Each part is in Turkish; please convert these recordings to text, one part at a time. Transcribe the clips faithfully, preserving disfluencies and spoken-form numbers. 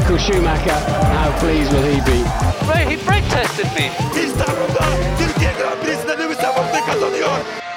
Michael Schumacher, how pleased will he be? Ray, he brake tested me. İstanbul'da Türkiye Grand Prix'sinde Lewis Hamilton kazanıyor.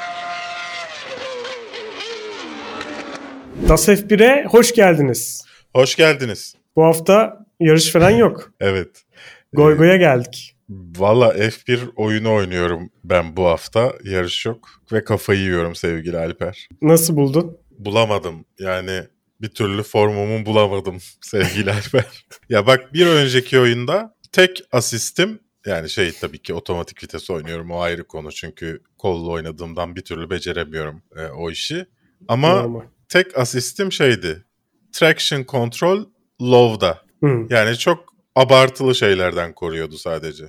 Das F bir'e hoş geldiniz. Hoş geldiniz. Bu hafta yarış falan yok. Evet. Goy goya geldik. Valla F bir oyunu oynuyorum ben bu hafta. Yarış yok ve kafayı yiyorum sevgili Alper. Nasıl buldun? Bulamadım. Yani bir türlü formumu bulamadım sevgili Alper. Ya bak, bir önceki oyunda tek asistim, yani şey tabii ki otomatik vites oynuyorum, o ayrı konu çünkü kolla oynadığımdan bir türlü beceremiyorum e, o işi. Ama Normal. tek asistim şeydi, traction control low'da. Hı. Yani çok abartılı şeylerden koruyordu sadece.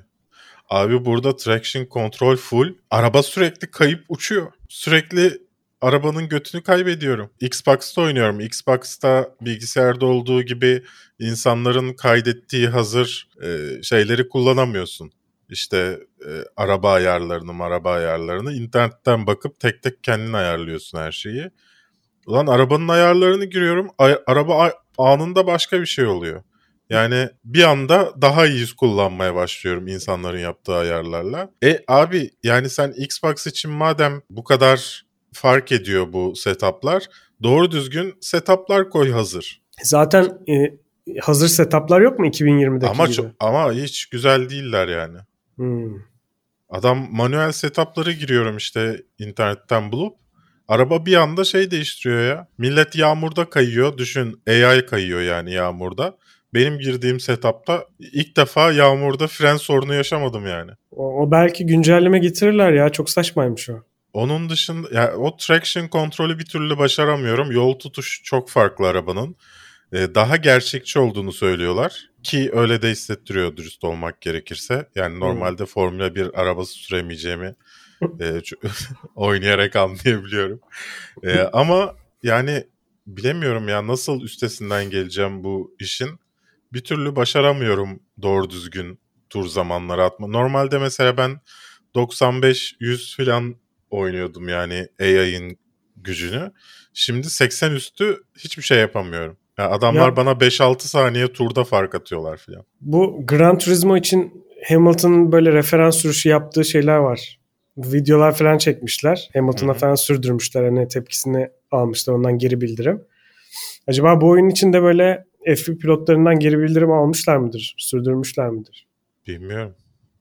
Abi burada traction control full. Araba sürekli kayıp uçuyor. Sürekli arabanın götünü kaybediyorum. Xbox'ta oynuyorum. Xbox'ta bilgisayarda olduğu gibi insanların kaydettiği hazır e, şeyleri kullanamıyorsun. İşte e, araba ayarlarını, araba ayarlarını internetten bakıp tek tek kendin ayarlıyorsun her şeyi. Ulan arabanın ayarlarını giriyorum. Ay- araba a- anında başka bir şey oluyor. Yani bir anda daha iyi kullanmaya başlıyorum insanların yaptığı ayarlarla. E abi, yani sen Xbox için madem bu kadar fark ediyor bu setuplar, doğru düzgün setuplar koy hazır. Zaten e, hazır setuplar yok mu iki bin yirmideki Ama gibi? çok, ama hiç güzel değiller yani. Hmm. Adam manuel setupları giriyorum işte internetten bulup. Araba bir anda şey değiştiriyor ya. Millet yağmurda kayıyor. Düşün, A I kayıyor yani yağmurda. Benim girdiğim setupta ilk defa yağmurda fren sorunu yaşamadım yani. O, o belki güncelleme getirirler ya. Çok saçmaymış o. Onun dışında ya, o traction kontrolü bir türlü başaramıyorum. Yol tutuş çok farklı arabanın. Ee, daha gerçekçi olduğunu söylüyorlar. Ki öyle de hissettiriyor dürüst olmak gerekirse. Yani normalde Formula bir arabası süremeyeceğimi e, ç- oynayarak anlayabiliyorum. E, ama yani bilemiyorum ya, nasıl üstesinden geleceğim bu işin. Bir türlü başaramıyorum doğru düzgün tur zamanları atma. Normalde mesela ben doksan beş yüz falan oynuyordum yani A I'ın gücünü. Şimdi seksen üstü hiçbir şey yapamıyorum. Yani adamlar Ya- bana beş altı saniye turda fark atıyorlar falan. Bu Gran Turismo için Hamilton'ın böyle referans sürüşü yaptığı şeyler var. Videolar falan çekmişler. Hamilton'a Hı hı. falan sürdürmüşler. Hani tepkisini almışlar, ondan geri bildirim. Acaba bu oyun içinde böyle F bir pilotlarından geri bildirim almışlar mıdır? Sürdürmüşler midir? Bilmiyorum.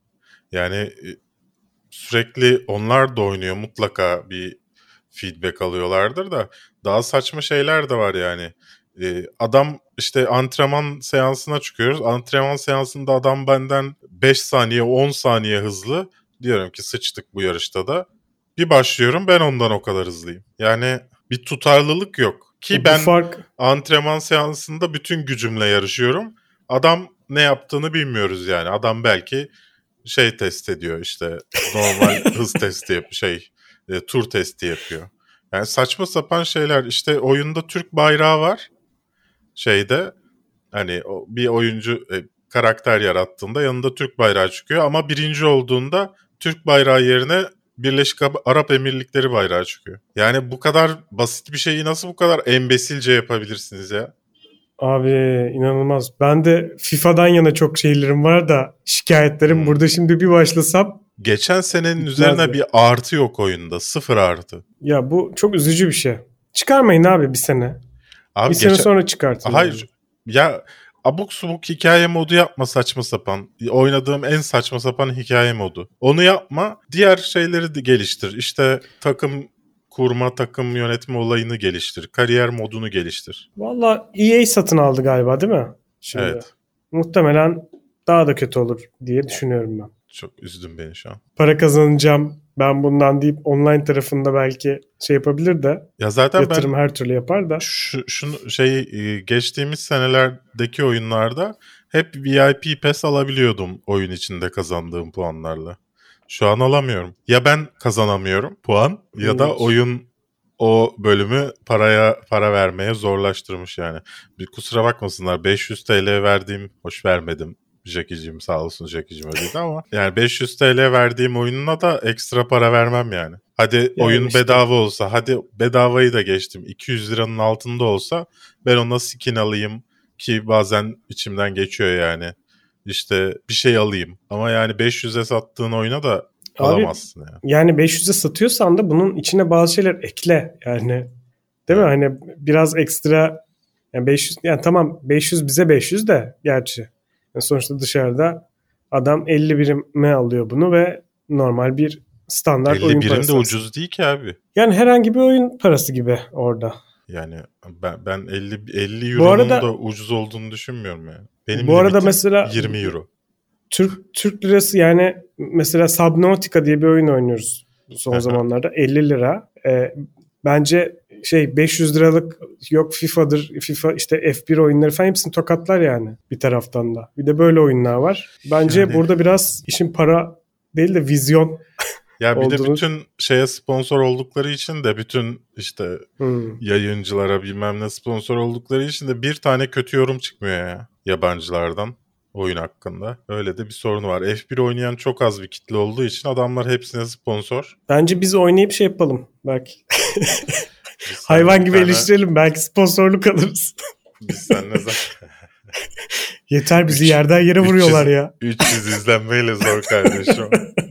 Yani e, sürekli onlar da oynuyor, mutlaka bir feedback alıyorlardır da daha saçma şeyler de var yani. Ee, adam işte antrenman seansına çıkıyoruz. Antrenman seansında adam benden beş saniye on saniye hızlı. Diyorum ki sıçtık bu yarışta da. Bir başlıyorum, ben ondan o kadar hızlıyım. Yani bir tutarlılık yok. Ki Bu ben fark antrenman seansında bütün gücümle yarışıyorum. Adam ne yaptığını bilmiyoruz yani. Adam belki şey test ediyor işte, normal hız testi yap şey e, tur testi yapıyor. Yani saçma sapan şeyler. İşte oyunda Türk bayrağı var. Şeyde hani o, bir oyuncu e, karakter yarattığında yanında Türk bayrağı çıkıyor ama birinci olduğunda Türk bayrağı yerine Birleşik Arap Emirlikleri bayrağı çıkıyor. Yani bu kadar basit bir şeyi nasıl bu kadar embesilce yapabilirsiniz ya? abi inanılmaz. Ben de FIFA'dan yana çok şeylerim var da şikayetlerim. Hmm. Burada şimdi bir başlasam, Geçen senenin Bitmez üzerine ya. bir artı yok oyunda. Sıfır artı. ya bu çok üzücü bir şey. Çıkarmayın abi bir sene. Abi bir sene geçen... sonra çıkartın. Hayır. Ya abuk subuk hikaye modu yapma, saçma sapan. Oynadığım en saçma sapan hikaye modu. Onu yapma. Diğer şeyleri de geliştir. İşte takım kurma, takım yönetme olayını geliştir. Kariyer modunu geliştir. Valla E A satın aldı galiba, değil mi? Şimdi. Evet. Muhtemelen daha da kötü olur diye düşünüyorum ben. Çok üzdün beni şu an. Para kazanacağım ben bundan deyip online tarafında belki şey yapabilir de, Ya zaten yatırım ben her türlü yapar da. şu şunu şey e, geçtiğimiz senelerdeki oyunlarda hep V I P Pass alabiliyordum oyun içinde kazandığım puanlarla. Şu an alamıyorum. Ya ben kazanamıyorum puan ya da Evet. oyun o bölümü paraya para vermeye zorlaştırmış yani. Bir kusura bakmasınlar, beş yüz T L verdiğim, hoş vermedim. Jackie'cim sağ olsun, Jackie'cim ödedi ama yani beş yüz T L verdiğim oyununa da ekstra para vermem yani. Hadi Yani oyun işte. bedava olsa, hadi bedavayı da geçtim, iki yüz liranın altında olsa ben ona skin alayım, ki bazen içimden geçiyor yani. İşte bir şey alayım. Ama yani beş yüze sattığın oyuna da Abi, alamazsın yani. Yani beş yüze satıyorsan da bunun içine bazı şeyler ekle. Yani değil mi? Hani biraz ekstra yani beş yüz yani tamam beş yüz bize beş yüz de gerçi. Yani sonuçta dışarıda adam elli birime alıyor bunu ve normal bir standart oyun parası. elli birim de ucuz değil ki abi. Yani herhangi bir oyun parası gibi orada. Yani ben ben elli elli euronun arada, da ucuz olduğunu düşünmüyorum yani. Benim bu arada mesela yirmi euro. Türk Türk lirası yani mesela Subnautica diye bir oyun oynuyoruz son zamanlarda elli lira. Ee, bence şey beş yüz liralık yok FIFA'dır, FIFA işte F bir oyunları falan hepsini tokatlar yani bir taraftan da. Bir de böyle oyunlar var. Bence yani, burada biraz işin para değil de vizyon. Ya bir olduğunu... de bütün şeye sponsor oldukları için de bütün işte hmm. yayıncılara bilmem ne sponsor oldukları için de bir tane kötü yorum çıkmıyor ya yabancılardan oyun hakkında. Öyle de bir sorun var. F bir oynayan çok az bir kitle olduğu için adamlar hepsine sponsor. Bence biz oynayıp şey yapalım belki. Hayvan gibi tane... eleştirelim belki sponsorluk alırız. Biz seninle zaten... Yeter bizi üç, yerden yere vuruyorlar üç yüz, ya. üç yüz izlenmeyle zor kardeşim.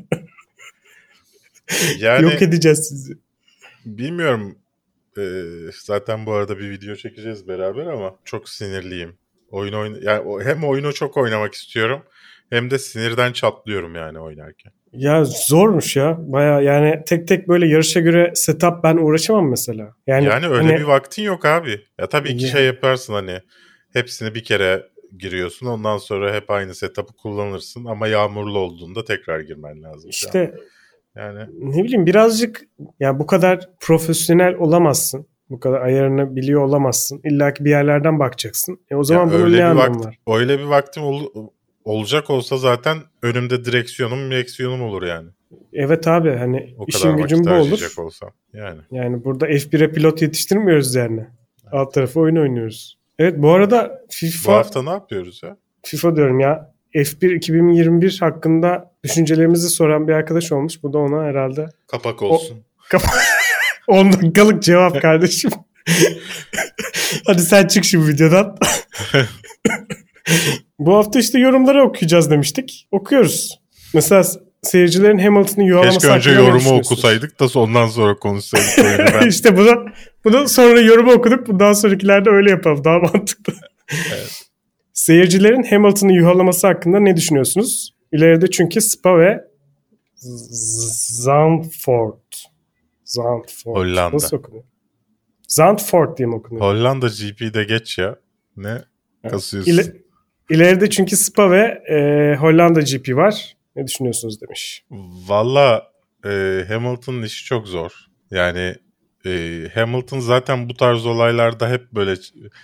Yani, yok edeceğiz sizi. Bilmiyorum. Ee, zaten bu arada bir video çekeceğiz beraber ama çok sinirliyim. Oyun oyun yani hem oyunu çok oynamak istiyorum hem de sinirden çatlıyorum yani oynarken. Ya zormuş ya. Baya yani tek tek böyle yarışa göre setup ben uğraşamam mesela. Yani, yani öyle hani... bir vaktin yok abi. Ya tabii ki ya. Şey yaparsın hani hepsini bir kere giriyorsun ondan sonra hep aynı setup'ı kullanırsın ama yağmurlu olduğunda tekrar girmen lazım. İşte yani ne bileyim birazcık ya bu kadar profesyonel olamazsın. Bu kadar ayarını biliyor olamazsın. İlla ki bir yerlerden bakacaksın. E o zaman bunun ne anlamı vakt, var? Öyle bir vaktim ol, olacak olsa zaten önümde direksiyonum direksiyonum olur yani. Evet abi hani o işin gücün bu olur. Olsam, yani. yani burada F bire pilot yetiştirmiyoruz yani. Evet. Alt tarafı oyun oynuyoruz. Evet bu arada FIFA... Bu hafta ne yapıyoruz ya? FIFA diyorum ya. F bir iki bin yirmi bir hakkında düşüncelerimizi soran bir arkadaş olmuş. Bu da ona herhalde... Kapak olsun. O, kapa- on dakikalık cevap kardeşim. Hadi sen çık şu videodan. Bu hafta işte yorumları okuyacağız demiştik. Okuyoruz. Mesela seyircilerin Hamilton'ı yuvarlaması hakkında Keşke önce yorumu okusaydık da ondan sonra konuşsaydık. Ben... işte bunu, bunu sonra yorumu okuduk. Bundan sonrakilerde öyle yapalım. Daha mantıklı. Evet. Seyircilerin Hamilton'ı yuvarlaması hakkında ne düşünüyorsunuz? İleride çünkü Spa ve Zandvoort. Zandvoort. Hollanda. Nasıl okunuyor? Zandvoort diye mi okunuyor? Hollanda G P'de geç ya. Ne kasıyorsun? İle, ileride çünkü Spa ve e, Hollanda G P var. Ne düşünüyorsunuz demiş. Valla e, Hamilton'ın işi çok zor. Yani e, Hamilton zaten bu tarz olaylarda hep böyle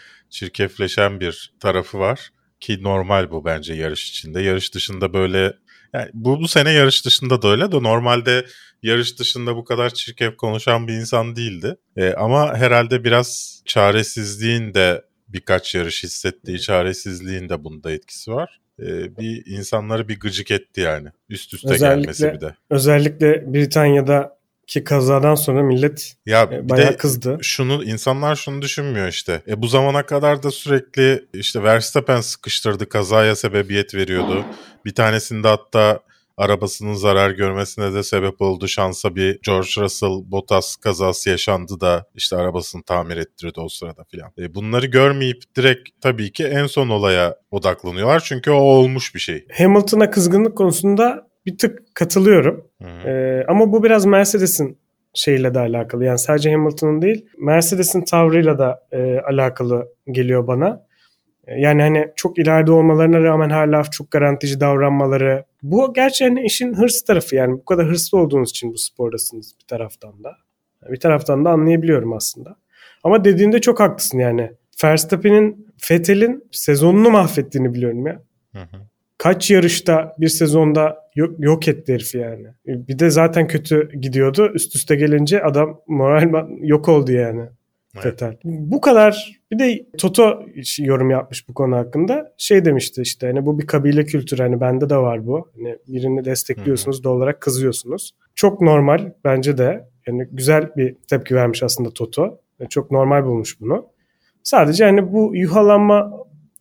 çirkefleşen bir tarafı var. Ki normal bu bence yarış içinde. Yarış dışında böyle... Yani bu, bu sene yarış dışında da öyle de normalde yarış dışında bu kadar çirkef konuşan bir insan değildi. E, ama herhalde biraz çaresizliğin de birkaç yarış hissettiği çaresizliğin de bunda etkisi var. E, bir insanları bir gıcık etti yani. Üst üste özellikle, gelmesi bir de. Özellikle Britanya'daki kazadan sonra millet ya e, bayağı kızdı. Şunu, insanlar şunu düşünmüyor işte. E, bu zamana kadar da sürekli işte Verstappen sıkıştırdı, kazaya sebebiyet veriyordu. Bir tanesinde hatta arabasının zarar görmesine de sebep oldu. Şansa bir George Russell Bottas kazası yaşandı da işte arabasını tamir ettirdi o sırada filan. E bunları görmeyip direkt tabii ki en son olaya odaklanıyorlar. Çünkü o olmuş bir şey. Hamilton'a kızgınlık konusunda bir tık katılıyorum. Ee, ama bu biraz Mercedes'in şeyle de alakalı. Yani sadece Hamilton'ın değil, Mercedes'in tavrıyla da e, alakalı geliyor bana. Yani hani çok ileride olmalarına rağmen hala çok garantici davranmaları. Bu gerçi hani işin hırs tarafı yani bu kadar hırslı olduğunuz için bu spordasınız bir taraftan da. Bir taraftan da anlayabiliyorum aslında. Ama dediğinde çok haklısın yani. Verstappen'in, Vettel'in sezonunu mahvettiğini biliyorum ya. Hı hı. Kaç yarışta bir sezonda yok, yok etti herifi yani. Bir de zaten kötü gidiyordu. Üst üste gelince adam moral yok oldu yani. Evet. Bu kadar. Bir de Toto yorum yapmış bu konu hakkında. Şey demişti işte hani bu bir kabile kültürü hani bende de var bu. Hani birini destekliyorsunuz doğal olarak kızıyorsunuz. Çok normal bence de. Yani güzel bir tepki vermiş aslında Toto. Yani çok normal bulmuş bunu. Sadece hani bu yuhalanma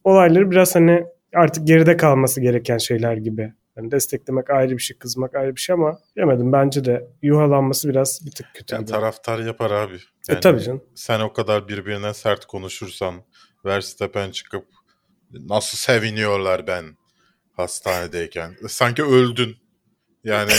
olayları biraz hani artık geride kalması gereken şeyler gibi. Yani desteklemek ayrı bir şey, kızmak ayrı bir şey ama bilemedim. Bence de yuhalanması biraz bir tık kötü Yani gibi. taraftar yapar abi. Yani e tabii canım. Sen o kadar birbirine sert konuşursan, Verstappen çıkıp nasıl seviniyorlar ben hastanedeyken. Sanki öldün. Yani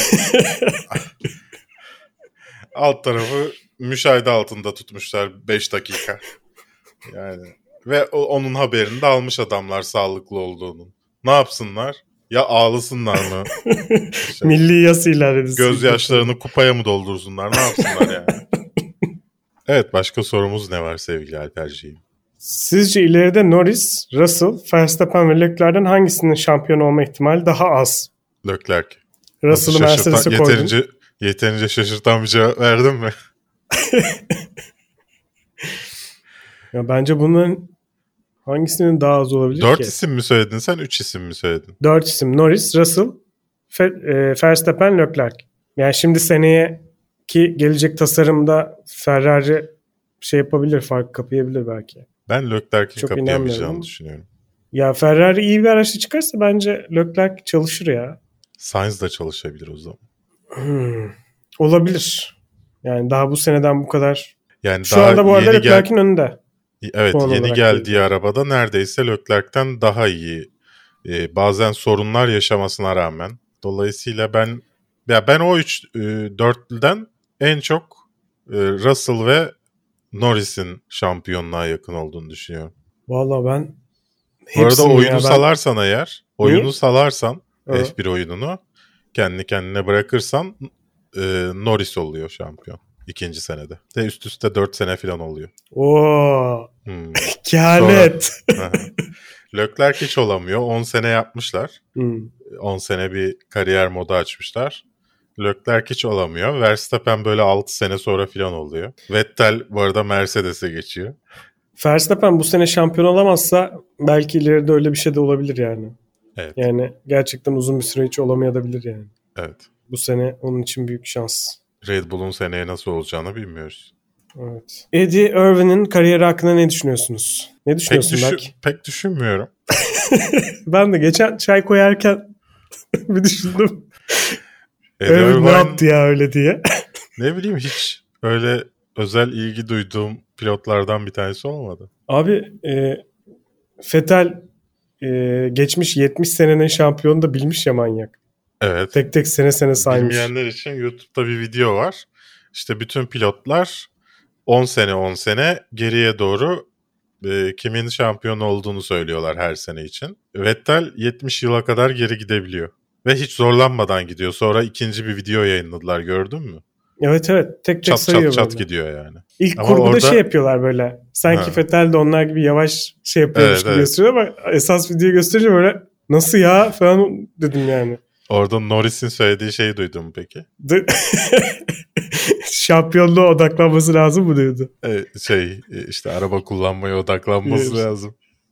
alt tarafı müşahede altında tutmuşlar beş dakika. Yani ve o, onun haberini de almış adamlar sağlıklı olduğunun. Ne yapsınlar? Ya ağlasınlar mı? İşte, milli yas ilan edilsin. gözyaşlarını kupaya mı doldursunlar? Ne yapsınlar yani? Evet, başka sorumuz ne var sevgili Alperciğim? Sizce ileride Norris, Russell, Verstappen ve Leclerc'den hangisinin şampiyon olma ihtimali daha az? Leclerc. Russell'ı Mercedes'e koydun. Yeterince, yeterince şaşırtan bir cevap verdin mi? Ya bence bunların hangisinin daha az olabilir Dört ki? Dört isim mi söyledin sen? Üç isim mi söyledin? Dört isim. Norris, Russell, Fe- e, Verstappen, Leclerc. Yani şimdi seneye ki gelecek tasarımda Ferrari şey yapabilir, fark kapayabilir belki. Ben Leclerc'in Çok kapayamayacağını inanmıyorum. düşünüyorum. Ya Ferrari iyi bir araçla çıkarsa bence Leclerc çalışır ya. Sainz da çalışabilir o zaman. Hmm. Olabilir. Yani daha bu seneden bu kadar. Yani Şu daha anda bu arada yeni gel- Leclerc'in önünde. Evet, puan yeni olarak geldiği değil. arabada neredeyse Leclerc'ten daha iyi. Ee, bazen sorunlar yaşamasına rağmen. Dolayısıyla ben ya ben o üç e, dörtlüden en çok e, Russell ve Norris'in şampiyonluğa yakın olduğunu düşünüyorum. Vallahi ben Bu arada hepsini oyunu ya ben... salarsan eğer, oyunu Hı? salarsan Hı. F bir oyununu kendi kendine bırakırsan e, Norris oluyor şampiyon ikinci senede. Ve üst üste dört sene falan oluyor. Oo. Hmm. Kehanet. Sonra, Leclerc hiç olamıyor. on sene yapmışlar. Hmm. on sene bir kariyer modu açmışlar. Leclerc hiç olamıyor. Verstappen böyle altı sene sonra falan oluyor. Vettel bu arada Mercedes'e geçiyor. Verstappen bu sene şampiyon olamazsa belki ileride öyle bir şey de olabilir yani. Evet. Yani gerçekten uzun bir süre hiç olamayabilir yani. Evet. Bu sene onun için büyük şans. Red Bull'un seneye nasıl olacağını bilmiyoruz. Evet. Eddie Irvine'in kariyeri hakkında ne düşünüyorsunuz? Ne Pek, düşünüyorsun düşü- Berk? pek düşünmüyorum. Ben de geçen çay koyarken bir düşündüm. Eddie Irvine ne Irvine, yaptı ya öyle diye. ne bileyim hiç öyle özel ilgi duyduğum pilotlardan bir tanesi olmadı. Abi e, Vettel e, geçmiş yetmiş senenin şampiyonu da bilmiş ya manyak. Evet. Tek tek sene sene saymış. Bilmeyenler için YouTube'da bir video var. İşte bütün pilotlar on sene on sene geriye doğru e, kimin şampiyon olduğunu söylüyorlar her sene için. Vettel yetmiş yıla kadar geri gidebiliyor. Ve hiç zorlanmadan gidiyor. Sonra ikinci bir video yayınladılar, gördün mü? Evet evet tek tek Çat sayıyor çat çat böyle. gidiyor yani. İlk Ama kurguda orada... şey yapıyorlar böyle. Sanki Ha. Vettel de onlar gibi yavaş şey yapıyormuş Evet, gibi evet. gösteriyor ama esas videoyu gösterince böyle nasıl ya falan dedim yani. Orada Norris'in söylediği şeyi duydun mu peki? De- Şampiyonluğa odaklanması lazım mı diyordu. Ee, şey işte araba kullanmaya odaklanması Yes. lazım.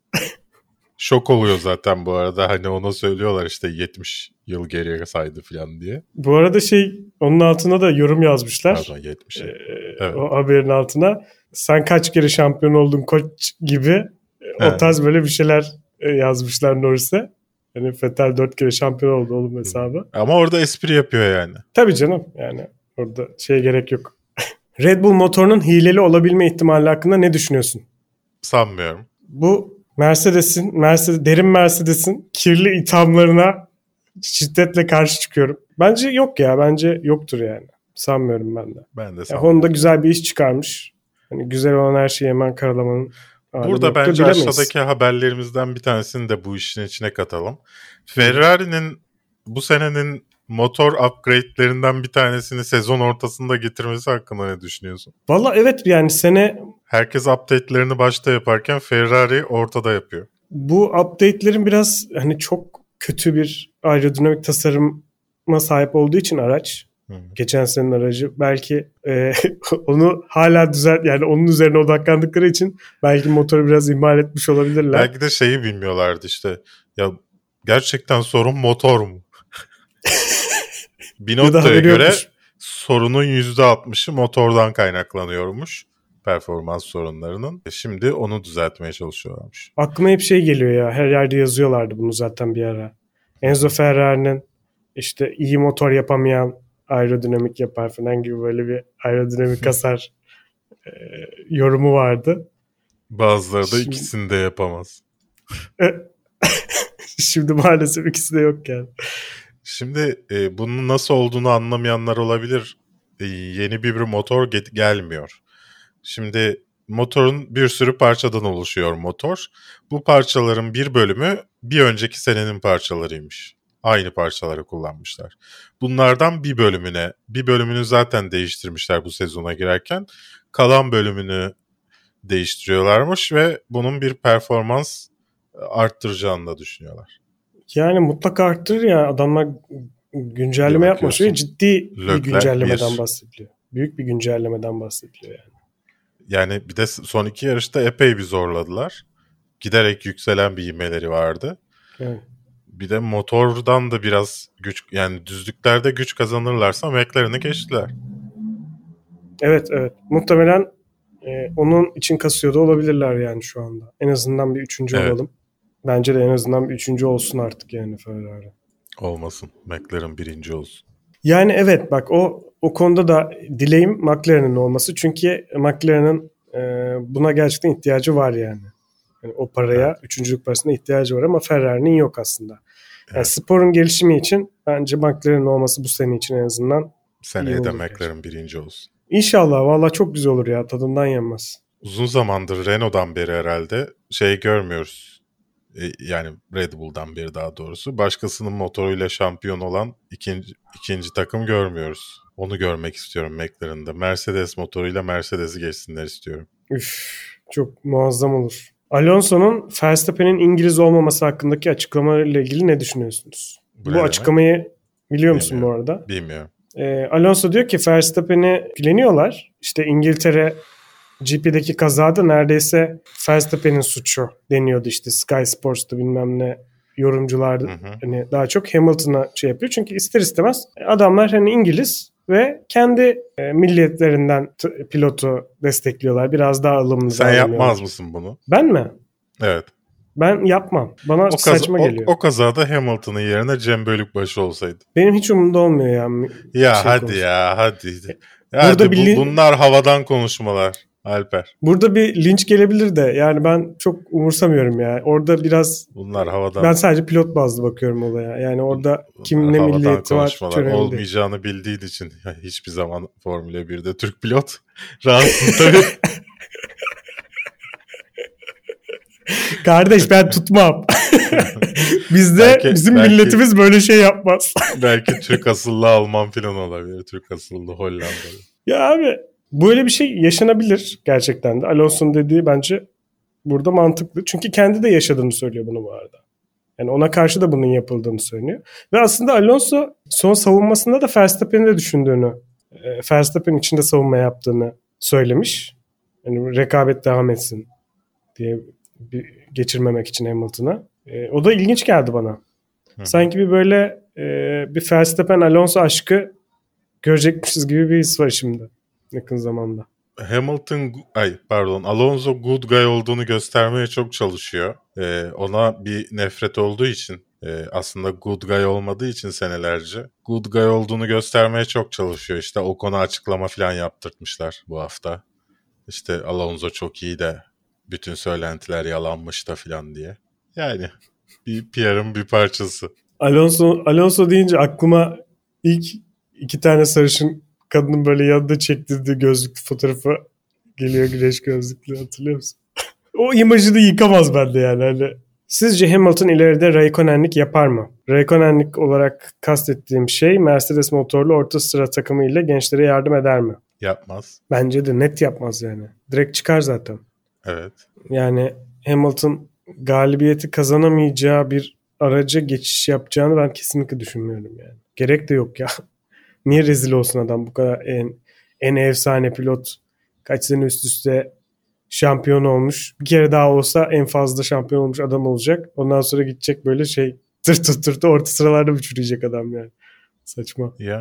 Şok oluyor zaten bu arada. Hani ona söylüyorlar işte yetmiş yıl geriye saydı falan diye. Bu arada şey onun altına da yorum yazmışlar. Pardon yetmiş. Ee, Evet. O haberin altına. Sen kaç kere şampiyon oldun koç gibi o Evet. tarz böyle bir şeyler e, yazmışlar Norris'e. Yani Vettel dört kere şampiyon oldu oğlum hesabı. Ama orada espri yapıyor yani. Tabii canım yani orada şeye gerek yok. Red Bull motorunun hileli olabilme ihtimali hakkında ne düşünüyorsun? Sanmıyorum. Bu Mercedes'in, Mercedes, derin Mercedes'in kirli ithamlarına şiddetle karşı çıkıyorum. Bence yok ya, bence yoktur yani. Sanmıyorum ben de. Ben de Ya sanmıyorum. Honda güzel bir iş çıkarmış. Hani güzel olan her şeyi hemen karalamanın hali Burada yoktur, bence bilemeyiz. aşağıdaki haberlerimizden bir tanesini de bu işin içine katalım. Ferrari'nin bu senenin motor upgrade'lerinden bir tanesini sezon ortasında getirmesi hakkında ne düşünüyorsun? Valla evet yani sene Herkes update'lerini başta yaparken Ferrari ortada yapıyor. bu update'lerin biraz hani çok kötü bir aerodinamik tasarıma sahip olduğu için araç. Hı. Geçen senenin aracı. Belki e, onu hala düzelt yani onun üzerine odaklandıkları için belki motoru biraz ihmal etmiş olabilirler. Belki de şeyi bilmiyorlardı işte. Ya gerçekten sorun motor mu? Binotto'ya haberi göre yokmuş. sorunun yüzde altmışı motordan kaynaklanıyormuş. performans sorunlarının. Şimdi onu düzeltmeye çalışıyorlarmış. Aklıma hep şey geliyor ya. Her yerde yazıyorlardı bunu zaten bir ara. Enzo Ferrari'nin işte iyi motor yapamayan aerodinamik yapar falan gibi böyle bir aerodinamik kasar e, yorumu vardı. Bazıları da Şimdi... ikisini de yapamaz. Şimdi maalesef ikisi de yok yani. Şimdi e, bunun nasıl olduğunu anlamayanlar olabilir. E, yeni bir, bir motor get- gelmiyor. Şimdi motorun bir sürü parçadan oluşuyor motor. Bu parçaların bir bölümü bir önceki senenin parçalarıymış. Aynı parçaları kullanmışlar. Bunlardan bir bölümüne, bir bölümünü zaten değiştirmişler bu sezona girerken. Kalan bölümünü değiştiriyorlarmış ve bunun bir performans arttıracağını da düşünüyorlar. Yani mutlaka arttırır ya. Adamlar güncelleme yapmış ve ciddi bir güncellemeden bir. bahsediliyor. Büyük bir güncellemeden bahsediliyor yani. Yani bir de son iki yarışta epey bir zorladılar. Giderek yükselen bir ivmeleri vardı. Evet. Bir de motordan da biraz güç, yani düzlüklerde güç kazanırlarsa McLaren'ı geçtiler. Evet evet. Muhtemelen e, onun için kasıyor da olabilirler yani şu anda. En azından bir üçüncü evet. olalım. Bence de en azından bir üçüncü olsun artık yani Ferrari. Olmasın. McLaren birinci olsun. Yani evet bak o o konuda da dileğim McLaren'ın olması. Çünkü McLaren'ın e, buna gerçekten ihtiyacı var yani. Yani o paraya, evet. üçüncülük parasına ihtiyacı var ama Ferrari'nin yok aslında. Yani evet. Sporun gelişimi için bence McLaren'ın olması bu sene için en azından seneye de McLaren birinci olsun. İnşallah. Vallahi çok güzel olur ya. Tadından yenmez. Uzun zamandır Renault'dan beri herhalde şey görmüyoruz. Yani Red Bull'dan beri daha doğrusu. Başkasının motoruyla şampiyon olan ikinci, ikinci takım görmüyoruz. Onu görmek istiyorum McLaren'da. Mercedes motoruyla Mercedes'i geçsinler istiyorum. Üf, çok muazzam olur. Alonso'nun Verstappen'in İngiliz olmaması hakkındaki açıklamalarıyla ilgili ne düşünüyorsunuz? Bu, bu açıklamayı biliyor musun bu arada? Bilmiyorum. Ee, Alonso diyor ki Verstappen'i dileniyorlar. İşte İngiltere G P'deki kazada neredeyse Verstappen'in suçu deniyordu işte Sky Sports'ta bilmem ne yorumcular hani daha çok Hamilton'a şey yapıyor. Çünkü ister istemez adamlar hani İngiliz ve kendi e, milliyetlerinden t- pilotu destekliyorlar. Biraz daha ılımlı. Sen yapmaz mısın bunu? Ben mi? Evet. Ben yapmam. Bana o saçma kaza, geliyor. O, o kazada Hamilton'ın yerine Cem Bölükbaşı olsaydı. Benim hiç umurumda olmuyor yani. Ya şey hadi konuşma. ya hadi. Burada hadi bu, li- bunlar havadan konuşmalar Alper. Burada bir linç gelebilir de yani ben çok umursamıyorum ya. Orada biraz bunlar havadan. Ben sadece pilot bazlı bakıyorum olaya. Yani orada bunlar kim ne milliyeti var. Olmayacağını bildiğin için hiçbir zaman Formula birde Türk pilot rahatsın tabii. Kardeş ben tutmam. Bizde belki, bizim belki, milletimiz böyle şey yapmaz. Belki Türk asıllı Alman falan olabilir. Türk asıllı Hollandalı. Ya abi böyle bir şey yaşanabilir gerçekten de. Alonso'nun dediği bence burada mantıklı. Çünkü kendi de yaşadığını söylüyor bunu bu arada. Yani ona karşı da bunun yapıldığını söylüyor. Ve aslında Alonso son savunmasında da Verstappen'i de düşündüğünü, Verstappen için de savunma yaptığını söylemiş. Yani rekabet devam etsin diye bir geçirmemek için Hamilton'a. E, o da ilginç geldi bana. Hı. Sanki bir böyle e, bir Verstappen Alonso aşkı görecekmişiz gibi bir his var şimdi yakın zamanda. Hamilton, ay pardon Alonso good guy olduğunu göstermeye çok çalışıyor. Ee, ona bir nefret olduğu için e, aslında good guy olmadığı için senelerce good guy olduğunu göstermeye çok çalışıyor. İşte o konu açıklama falan yaptırtmışlar bu hafta. İşte Alonso çok iyi de bütün söylentiler yalanmış da falan diye. Yani bir P R'ın bir parçası. Alonso Alonso deyince aklıma ilk iki tane sarışın kadının böyle yanında çektirdiği gözlüklü fotoğrafı geliyor, güneş gözlüklü, hatırlıyor musun? O imajı da yıkamaz bende yani. Hani. Sizce Hamilton ileride Raikkonen'lik yapar mı? Raikkonen'lik olarak kastettiğim şey Mercedes motorlu orta sıra takımı ile gençlere yardım eder mi? Yapmaz. Bence de net yapmaz yani. Direkt çıkar zaten. Evet. Yani Hamilton galibiyeti kazanamayacağı bir araca geçiş yapacağını ben kesinlikle düşünmüyorum yani. Gerek de yok ya. Niye rezil olsun adam bu kadar en, en efsane pilot kaç sene üst üste şampiyon olmuş. Bir kere daha olsa en fazla şampiyon olmuş adam olacak. Ondan sonra gidecek böyle şey tırt tırt tırt orta sıralarda mı çürüyecek adam yani. Saçma. Yani.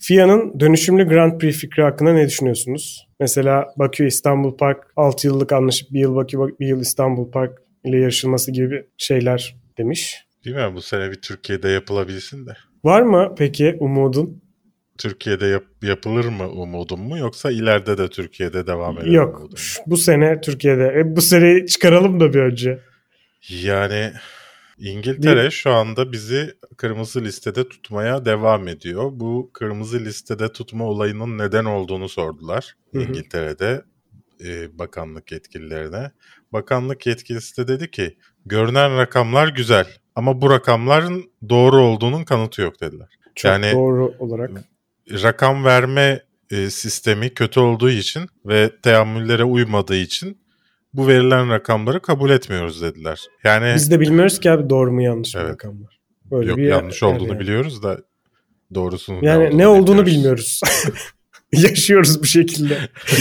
F I A'nın dönüşümlü Grand Prix fikri hakkında ne düşünüyorsunuz? Mesela Bakü İstanbul Park altı yıllık anlaşıp bir yıl Bakü bir yıl İstanbul Park ile yarışılması gibi şeyler demiş. Bilmiyorum, bu sene bir Türkiye'de yapılabilsin de. Var mı peki umudun? Türkiye'de yap- yapılır mı umudun mu, yoksa ileride de Türkiye'de devam eder Yok. umudun mu? Bu sene Türkiye'de. E, bu seneyi çıkaralım da bir önce. Yani İngiltere Değil. şu anda bizi kırmızı listede tutmaya devam ediyor. Bu kırmızı listede tutma olayının neden olduğunu sordular Hı hı. İngiltere'de e, bakanlık yetkililerine. Bakanlık yetkilisi de dedi ki görünen rakamlar güzel ama bu rakamların doğru olduğunun kanıtı yok dediler. Çok Yani doğru olarak. rakam verme e, sistemi kötü olduğu için ve teamüllere uymadığı için bu verilen rakamları kabul etmiyoruz dediler. Yani Biz de bilmiyoruz ki abi doğru mu yanlış mı Evet. rakamlar. Böyle yok, bir yanlış yer olduğunu yani. biliyoruz da doğrusunun Yani ne olduğunu bilmiyoruz. Yaşıyoruz bir şekilde.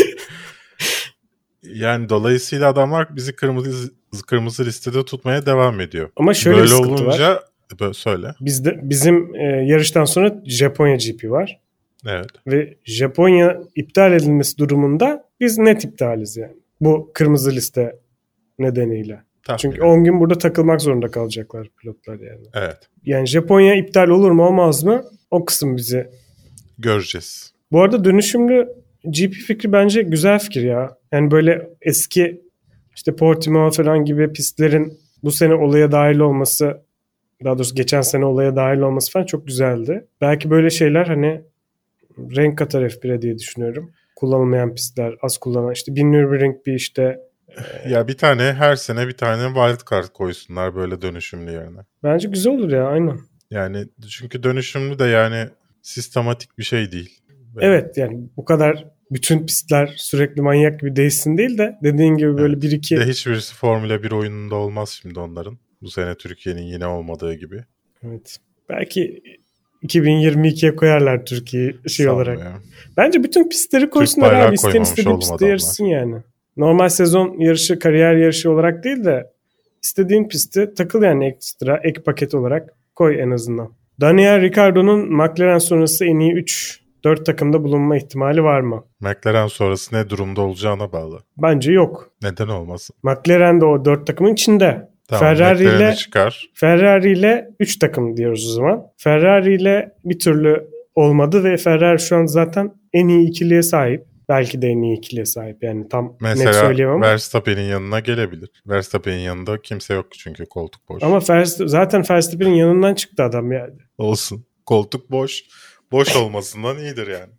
Yani dolayısıyla adamlar bizi kırmızı kırmızı listede tutmaya devam ediyor. Ama şöyle Böyle bir sıkıntı olunca var. böyle söyle. Bizde bizim e, yarıştan sonra Japonya G P var. Evet. Ve Japonya iptal edilmesi durumunda biz net iptaliz yani. Bu kırmızı liste nedeniyle. Tahmin Çünkü ediyorum. on gün burada takılmak zorunda kalacaklar pilotlar yani. Evet. Yani Japonya iptal olur mu olmaz mı? O kısım bizi. Göreceğiz. Bu arada dönüşümlü G P fikri bence güzel fikir ya. Yani böyle eski işte Portimao falan gibi pistlerin bu sene olaya dahil olması, daha doğrusu geçen sene olaya dahil olması falan çok güzeldi. Belki böyle şeyler hani renk katar F bir'e diye düşünüyorum. Kullanılmayan pistler, az kullanan işte bir Nürburgring bir işte. Ya bir tane her sene bir tane wild card koysunlar böyle dönüşümlü yerine. Bence güzel olur ya, aynen. Yani çünkü dönüşümlü de yani sistematik bir şey değil. Ve Evet yani bu kadar bütün pistler sürekli manyak gibi değişsin değil de dediğin gibi böyle Evet. bir iki. de hiçbirisi Formula bir oyununda olmaz şimdi onların. Bu sene Türkiye'nin yine olmadığı gibi. Evet. Belki iki bin yirmi ikiye koyarlar Türkiye şey olarak. Sanmıyorum. Bence bütün pistleri koysunlar bayrağı abi. İsteyen koymamış istediği oğlum pistte adamlar. yarışsın yani. Normal sezon yarışı, kariyer yarışı olarak değil de istediğin pisti takıl yani ekstra, ek paket olarak koy en azından. Daniel Ricciardo'nun McLaren sonrası en iyi üç dört takımda bulunma ihtimali var mı? McLaren sonrası ne durumda olacağına bağlı. Bence yok. Neden olmasın? McLaren de o dört takımın içinde. Tamam, Ferrari ile McLaren'i çıkar. Ferrari ile üç takım diyoruz o zaman. Ferrari ile bir türlü olmadı ve Ferrari şu an zaten en iyi ikiliye sahip. Belki de en iyi ikiliye sahip. Yani tam net Mesela söyleyemem ama. Verstappen'in yanına gelebilir. Verstappen'in yanında kimse yok çünkü koltuk boş. Ama Verstappen, zaten Verstappen'in yanından çıktı adam yani. Olsun. Koltuk boş. Boş olmasından iyidir yani.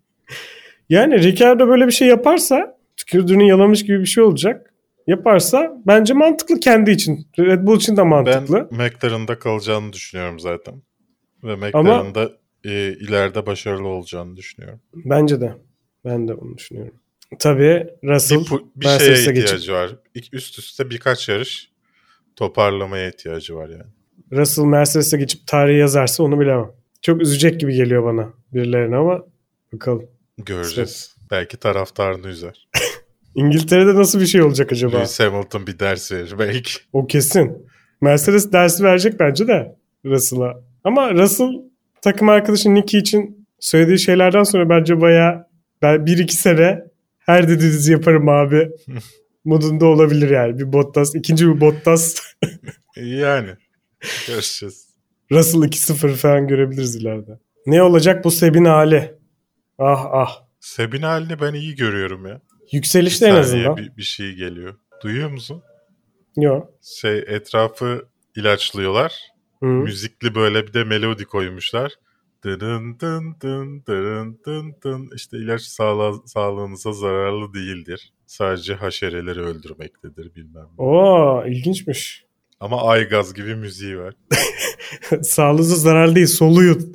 Yani Ricciardo böyle bir şey yaparsa tükürdüğünü yalamış gibi bir şey olacak. Yaparsa bence mantıklı kendi için. Red Bull için de mantıklı. Ben McLaren'da kalacağını düşünüyorum zaten. Ve McLaren'da e, ileride başarılı olacağını düşünüyorum. Bence de. Ben de onu düşünüyorum. Tabii Russell Bir, pu- bir şeye Mercedes'e ihtiyacı geçip var. İlk üst üste birkaç yarış toparlamaya ihtiyacı var yani. Russell Mercedes'e geçip tarihi yazarsa onu bilemem. Çok üzecek gibi geliyor bana birilerine ama bakalım. Göreceğiz. Belki taraftarını üzer. İngiltere'de nasıl bir şey olacak acaba? Lewis Hamilton bir ders verir belki. O kesin. Mercedes dersi verecek bence de Russell'a. Ama Russell takım arkadaşı Nicky için söylediği şeylerden sonra bence bayağı ben bir iki sene her dediğinizi yaparım abi modunda olabilir yani. Bir Bottas, ikinci bir Bottas. Yani görüşeceğiz. Russell iki sıfır falan görebiliriz ileride. Ne olacak bu Seb'in hali? Ah ah. Sebin halini ben iyi görüyorum ya. Yükselişte Bir en saniye azından. Bir, bir şey geliyor. Duyuyor musun? Yok. Şey etrafı ilaçlıyorlar. Hı. Müzikli böyle bir de melodi koymuşlar. Dın dın dın dın dın dın. İşte ilaç sağla, sağlığınıza zararlı değildir. Sadece haşereleri öldürmektedir bilmem ne. Oo, ilginçmiş. Ama Aygaz gibi müziği var. Sağlığınıza zararlı değil, soluyun.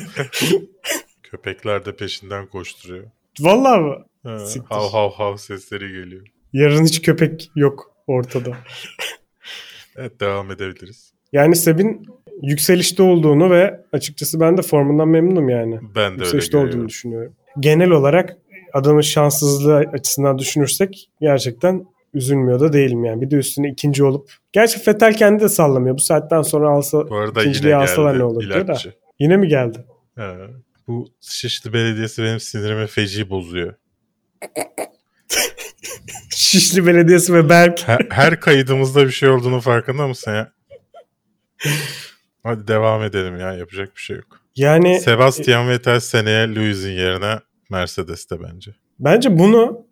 Köpekler de peşinden koşturuyor. Vallahi mı? Ha, Siktir. hav hav hav sesleri geliyor. Yarın hiç köpek yok ortada. Evet, devam edebiliriz. Yani Seb'in yükselişte olduğunu ve açıkçası ben de formundan memnunum yani. Ben de öyle Yükselişte olduğunu görüyorum. düşünüyorum. Genel olarak adamın şanssızlığı açısından düşünürsek gerçekten üzülmüyor da değilim yani. Bir de üstüne ikinci olup. Gerçi Vettel kendi de sallamıyor. Bu saatten sonra alsa Bu arada ikinciliği yine alsalar geldi ne olur diyor da. ilaççı. Yine mi geldi? Ha, Bu Şişli Belediyesi benim sinirimi feci bozuyor. Şişli Belediyesi ve Berk. Her, her kaydımızda bir şey olduğunu farkında mısın ya? Hadi devam edelim ya. Yapacak bir şey yok. Yani Sebastian Vettel seneye Lewis'in yerine Mercedes'te bence. Bence bunu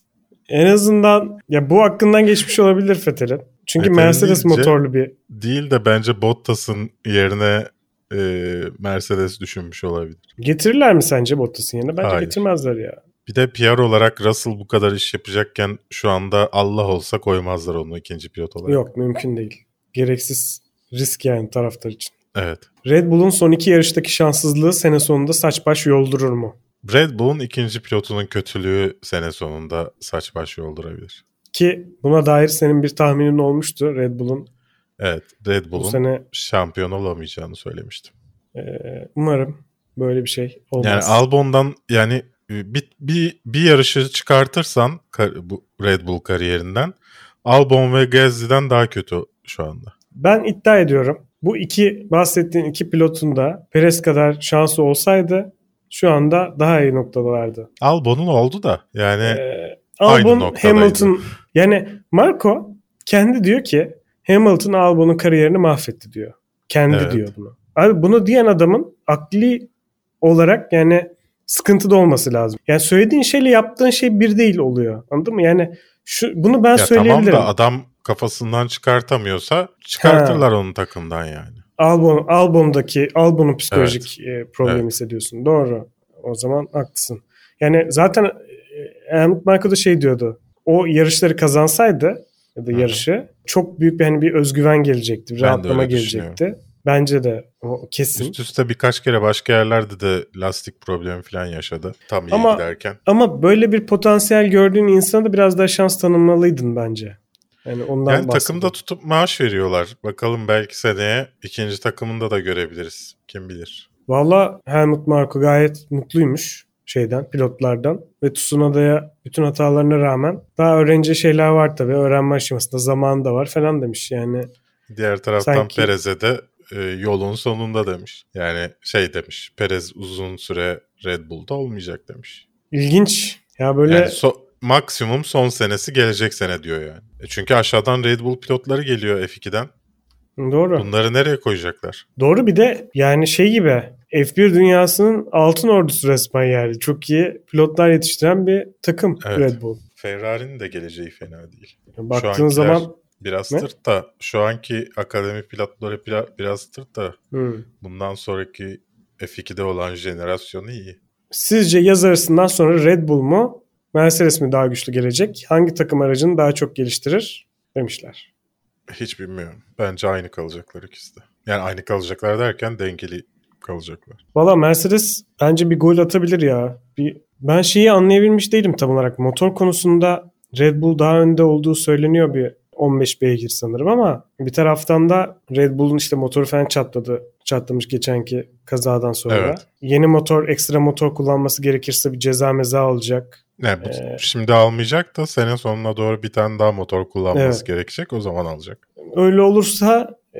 en azından ya bu hakkından geçmiş olabilir Vettel'in. Çünkü Vettel'in Mercedes deyince, motorlu bir. Değil de bence Bottas'ın yerine e, Mercedes düşünmüş olabilir. Getirirler mi sence Bottas'ın yerine? Bence Hayır. getirmezler ya. Bir de P R olarak Russell bu kadar iş yapacakken şu anda Allah olsa koymazlar onu ikinci pilot olarak. Yok, mümkün değil. Gereksiz risk yani taraftar için. Evet. Red Bull'un son iki yarıştaki şanssızlığı sene sonunda saç baş yoldurur mu? Red Bull'un ikinci pilotunun kötülüğü sene sonunda saç baş yoldurabilir. Ki buna dair senin bir tahminin olmuştu Red Bull'un. Evet, Red Bull'un sene, şampiyon olamayacağını söylemiştim. E, umarım böyle bir şey olmaz. Yani Albon'dan yani bir, bir, bir yarışı çıkartırsan bu Red Bull kariyerinden Albon ve Gasly'den daha kötü şu anda. Ben iddia ediyorum. Bu iki bahsettiğin iki pilotun da Perez kadar şansı olsaydı şu anda daha iyi noktalardı. Albon'un oldu da yani ee, aynı Albon, noktadaydı. Hamilton yani Marco kendi diyor ki Hamilton Albon'un kariyerini mahvetti diyor. Kendi evet. diyor bunu. Abi bunu diyen adamın akli olarak yani sıkıntıda olması lazım. Yani söylediğin şeyle yaptığın şey bir değil oluyor. Anladın mı? Yani şu bunu ben ya söyleyebilirim. Tamam da adam kafasından çıkartamıyorsa çıkartırlar ha. Onu takımdan yani. Albon, Albon'daki Albon'un psikolojik evet. problemi evet. hissediyorsun. Doğru. O zaman haklısın. Yani zaten Helmut Marko da şey diyordu. O yarışları kazansaydı ya da yarışı Hı-hı. çok büyük bir hani bir özgüven gelecekti. Bir rahatlama gelecekti. Bence de o kesin. Üst üste birkaç kere başka yerlerde de lastik problemi falan yaşadı. Tam iyi ama, giderken. Ama böyle bir potansiyel gördüğün insana da biraz daha şans tanımalıydın bence. Yani ondan yani bahsediyorum. Takımda tutup maaş veriyorlar. Bakalım belki seneye ikinci takımında da görebiliriz. Kim bilir. Valla Helmut Marko gayet mutluymuş şeyden, pilotlardan ve Tsunoda'ya bütün hatalarına rağmen daha öğreneceği şeyler var tabii. Öğrenme aşamasında zamanı da var falan demiş yani. Diğer taraftan sanki... Perez'e de e, yolun sonunda demiş. Yani şey demiş. Perez uzun süre Red Bull'da olmayacak demiş. İlginç. Ya böyle yani so- maksimum son senesi gelecek sene diyor yani. E çünkü aşağıdan Red Bull pilotları geliyor F iki'den. Doğru. Bunları nereye koyacaklar? Doğru, bir de yani şey gibi F bir dünyasının altın ordusu resmen yani. Çok iyi pilotlar yetiştiren bir takım evet. Red Bull. Ferrari'nin de geleceği fena değil. Baktığın zaman biraz ne? tırt da şu anki akademi pilotları biraz tırt da hmm. bundan sonraki F iki'de olan jenerasyonu iyi. Sizce yaz arasından sonra Red Bull mu Mercedes mi daha güçlü gelecek? Hangi takım aracını daha çok geliştirir demişler. Hiç bilmiyorum. Bence aynı kalacaklar ikisi de. Yani aynı kalacaklar derken dengeli kalacaklar. Valla Mercedes bence bir gol atabilir ya. Bir, ben şeyi anlayabilmiş değilim tam olarak. Motor konusunda Red Bull daha önde olduğu söyleniyor, bir on beş beygir sanırım, ama bir taraftan da Red Bull'un işte motoru falan çatladı. Çatlamış geçenki kazadan sonra. Evet. Yeni motor, ekstra motor kullanması gerekirse bir ceza meza alacak. Ne, bu, ee, şimdi almayacak da sene sonuna doğru bir tane daha motor kullanması evet. gerekecek. O zaman alacak. Öyle olursa e,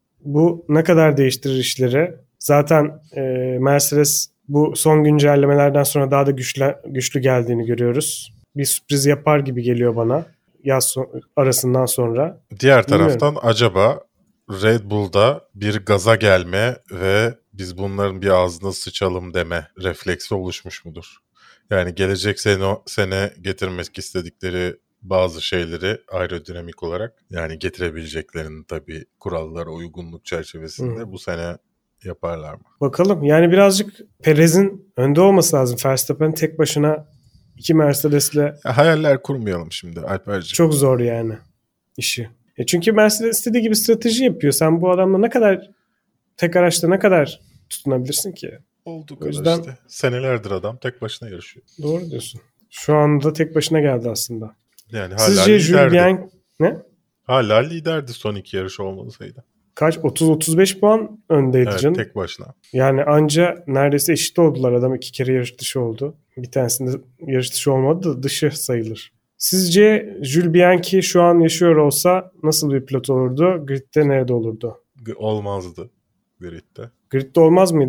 bu ne kadar değiştirir işleri? Zaten e, Mercedes bu son güncellemelerden sonra daha da güçlü, güçlü geldiğini görüyoruz. Bir sürpriz yapar gibi geliyor bana yaz son, arasından sonra. Diğer taraftan Bilmiyorum. acaba Red Bull'da bir gaza gelme ve biz bunların bir ağzına sıçalım deme refleksi oluşmuş mudur? Yani gelecek sene, sene getirmek istedikleri bazı şeyleri aerodinamik olarak, yani getirebileceklerinin tabii kurallara uygunluk çerçevesinde hmm. bu sene yaparlar mı? Bakalım. Yani birazcık Perez'in önde olması lazım. Verstappen tek başına iki Mercedes'le ya hayaller kurmayalım şimdi Alperciğim. Çok zor yani işi. E çünkü Mercedes istediği gibi strateji yapıyor. Sen bu adamla ne kadar tek araçta ne kadar tutunabilirsin ki? Olduğu kadar yüzden... işte. Senelerdir adam tek başına yarışıyor. Doğru diyorsun. Şu anda tek başına geldi aslında. Yani hala Sizce liderdi. Julien ne? Hala liderdi son iki yarış olmasaydı. Kaç? otuz otuz beş puan öndeydi evet, canım. tek başına. Yani anca neredeyse eşit oldular. Adam iki kere yarış dışı oldu. Bir tanesinde yarış dışı olmadı da dışı sayılır. Sizce Jules Bianchi şu an yaşıyor olsa nasıl bir pilot olurdu? Grid'de nerede olurdu? Olmazdı Grid'de. Grid'de olmaz mıydı?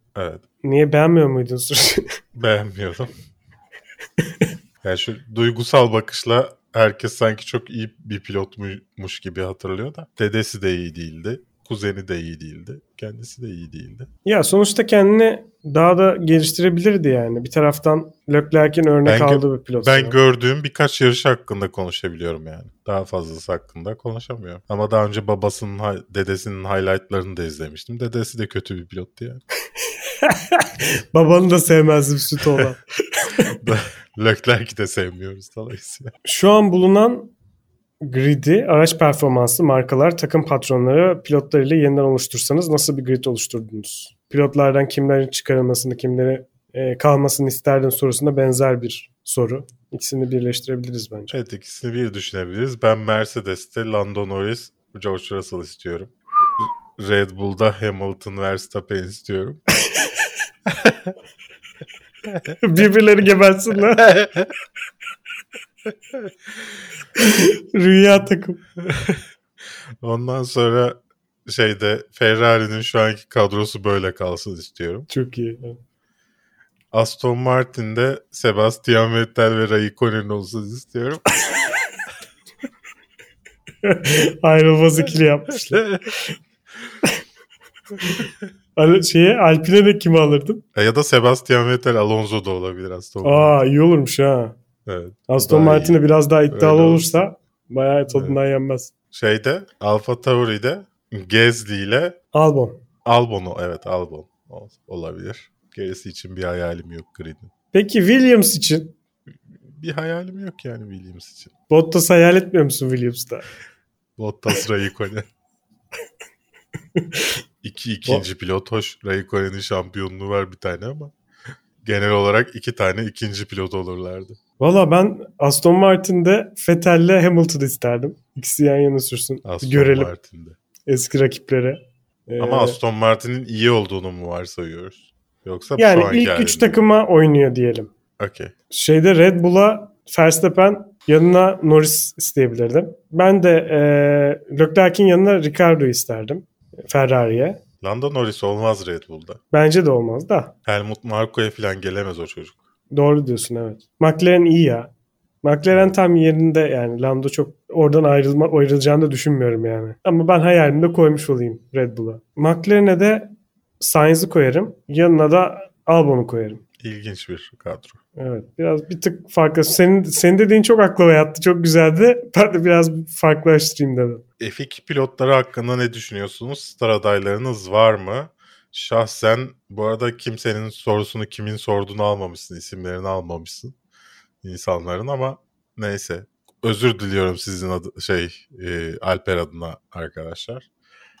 Evet. Niye beğenmiyor muydun sürüşü? Beğenmiyordum. Yani şu duygusal bakışla herkes sanki çok iyi bir pilotmuş gibi hatırlıyor da. Dedesi de iyi değildi. Kuzeni de iyi değildi. Kendisi de iyi değildi. Ya sonuçta kendini daha da geliştirebilirdi yani. Bir taraftan Leclerc'in örnek Ben, aldığı bir pilot. Ben yani. gördüğüm birkaç yarış hakkında konuşabiliyorum yani. Daha fazlası hakkında konuşamıyorum. Ama daha önce babasının, dedesinin highlightlarını da izlemiştim. Dedesi de kötü bir pilottu yani. Babanı da sevmezdim süt olan. Leclerc'i de sevmiyoruz dolayısıyla. Şu an bulunan grid'i araç performanslı markalar, takım patronları, pilotlarıyla yeniden oluştursanız nasıl bir grid oluşturdunuz? Pilotlardan kimlerin çıkarılmasını, kimlerin e, kalmasını isterdin sorusuna benzer bir soru. İkisini birleştirebiliriz bence. Evet, ikisini bir düşünebiliriz. Ben Mercedes'te Lando Norris, George Russell istiyorum. Red Bull'da Hamilton, Verstappen istiyorum. Birbirleri gebersinler. Rüya takım. Ondan sonra şeyde Ferrari'nin şu anki kadrosu böyle kalsın istiyorum. Çok iyi. Aston Martin'de Sebastian Vettel ve Raikkonen olsun istiyorum. Ayrılmaz ikili yapmışlar. Şeye, Alpine de kimi alırdın? Ya da Sebastian Vettel, Alonso da olabilir Aston Martin. Aa, iyi olurmuş ha. Evet. Aston Martin'e biraz daha iddialı Öyle olursa olsun. bayağı tadından evet. yenmez. Şeyde Alfa Tauri'de Gasly ile Albon. Albon'u evet Albon olabilir. Gerisi için bir hayalim yok grid'in. Peki Williams için? Bir hayalim yok yani Williams için. Bottas hayal etmiyor musun Williams'ta? Bottas, Raikkonen. İki ikinci pilot hoş. Raikkonen'in şampiyonluğu var bir tane ama genel olarak iki tane ikinci pilot olurlardı. Valla ben Aston Martin'de Vettel'le Hamilton isterdim. İkisi yan yana sürsün. Aston Görelim Martin'de. eski rakiplere. Ee, ama Aston Martin'in iyi olduğunu mu varsayıyoruz? Yoksa yani şu anki ilk üç halinde takıma oynuyor diyelim. Okay. Şeyde Red Bull'a Verstappen yanına Norris isteyebilirdim. Ben de e, Leclerc'in yanına Ricciardo'yu isterdim. Ferrari'ye. Lando Norris olmaz Red Bull'da. Bence de olmaz da. Helmut Marko'ya falan gelemez o çocuk. Doğru diyorsun evet. McLaren iyi ya. McLaren tam yerinde yani. Lando çok oradan ayrılma, ayrılacağını da düşünmüyorum yani. Ama ben hayalimde koymuş olayım Red Bull'a. McLaren'e de Sainz'ı koyarım. Yanına da Albon'u koyarım. İlginç bir kadro. Evet. Biraz bir tık farklı. Senin, senin dediğin çok aklıma yattı. Çok güzeldi. Ben de biraz farklılaştırayım dedim. F iki pilotları hakkında ne düşünüyorsunuz? Star adaylarınız var mı? Şahsen bu arada kimsenin sorusunu kimin sorduğunu almamışsın. İsimlerini almamışsın insanların ama neyse. Özür diliyorum sizin adı, şey e, Alper adına arkadaşlar.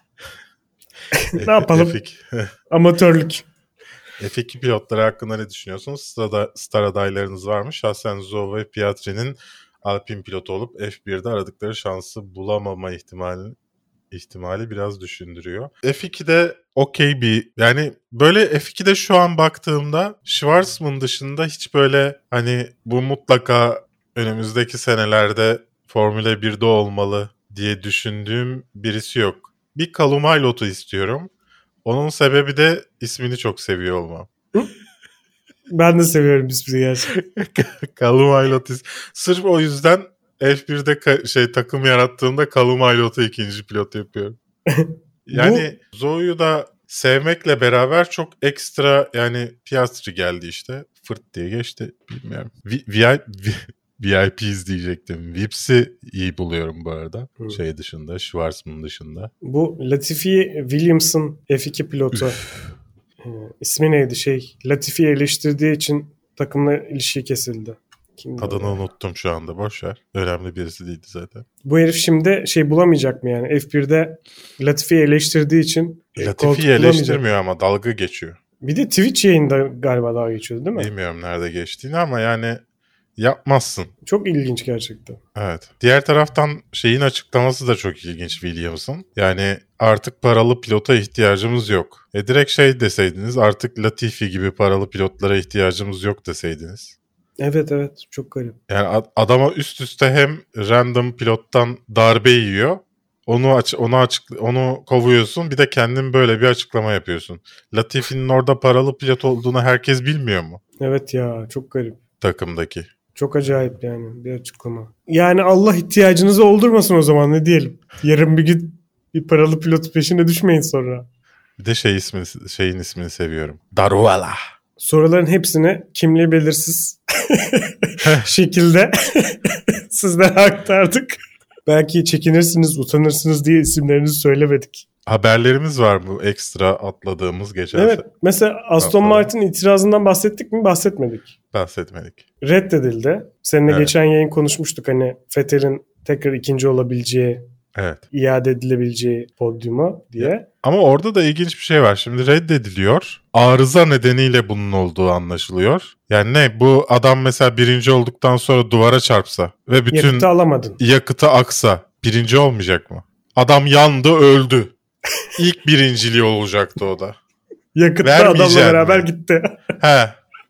Ne yapalım? F iki Amatörlük. F iki pilotları hakkında ne düşünüyorsunuz? Star, star adaylarınız var mı? Şahsen Zhou ve Piastri'nin Alpine pilotu olup F birde aradıkları şansı bulamama ihtimali ihtimali biraz düşündürüyor. F iki'de okey bir yani böyle F iki'de şu an baktığımda Schwarzman dışında hiç böyle hani bu mutlaka önümüzdeki senelerde Formula birde olmalı diye düşündüğüm birisi yok. Bir Kalumaylot'u istiyorum. Onun sebebi de ismini çok seviyor olmam. Ben de seviyorum ismini gerçekten. Kalumaylot is- Sırf o yüzden F birde ka- şey takım yarattığımda Kalumaylot'u ikinci pilot yapıyorum. Yani Bu... Zou'yu da sevmekle beraber çok ekstra yani Piastri geldi işte. Fırt diye geçti. Bilmiyorum. V- V I P's diyecektim. V I P'si iyi buluyorum bu arada. Hmm. Şey dışında, Schwarzman dışında. Bu Latifi Williams'ın F iki pilotu. ee, ismi neydi şey? Latifi'yi eleştirdiği için takımla ilişki kesildi. Kimdi Adını o? unuttum şu anda. Boş ver. Önemli birisi değildi zaten. Bu herif şimdi şey bulamayacak mı yani? F birde Latifi'yi eleştirdiği için Latifi'yi eleştirmiyor ama dalga geçiyor. Bir de Twitch yayında galiba dalga geçiyordu değil mi? Bilmiyorum nerede geçtiğini ama yani yapmazsın. Çok ilginç gerçekten. Evet. Diğer taraftan şeyin açıklaması da çok ilginç Williams'ın. Yani artık paralı pilota ihtiyacımız yok. E direkt şey deseydiniz artık Latifi gibi paralı pilotlara ihtiyacımız yok deseydiniz. Evet evet çok garip. Yani adama üst üste hem random pilottan darbe yiyor. Onu aç onu açık onu kovuyorsun. Bir de kendin böyle bir açıklama yapıyorsun. Latifi'nin orada paralı pilot olduğunu herkes bilmiyor mu? Evet ya, çok garip. Takımdaki. Çok acayip yani bir açıklama. Yani Allah ihtiyacınızı oldurmasın o zaman, ne diyelim. Yarın bir gün bir paralı pilot peşine düşmeyin sonra. Bir de şey ismi, şeyin ismini seviyorum. Daruvala. Soruların hepsini kimliği belirsiz şekilde sizlere aktardık. Belki çekinirsiniz, utanırsınız diye isimlerinizi söylemedik. Haberlerimiz var bu ekstra atladığımız geçen Evet. Mesela Aston Atladım. Martin itirazından bahsettik mi? Bahsetmedik. bahsetmedik. Reddedildi. Seninle Evet. geçen yayın konuşmuştuk, hani Vettel'in tekrar ikinci olabileceği, Evet. iade edilebileceği podyuma diye. Ama orada da ilginç bir şey var. Şimdi reddediliyor. Arıza nedeniyle bunun olduğu anlaşılıyor. Yani ne? Bu adam mesela birinci olduktan sonra duvara çarpsa ve bütün Yakıtı alamadın. yakıtı aksa birinci olmayacak mı? Adam yandı, öldü. İlk birinciliği olacaktı o da. Yakıt da adamla Vermeyeceksin beraber mi? gitti. He.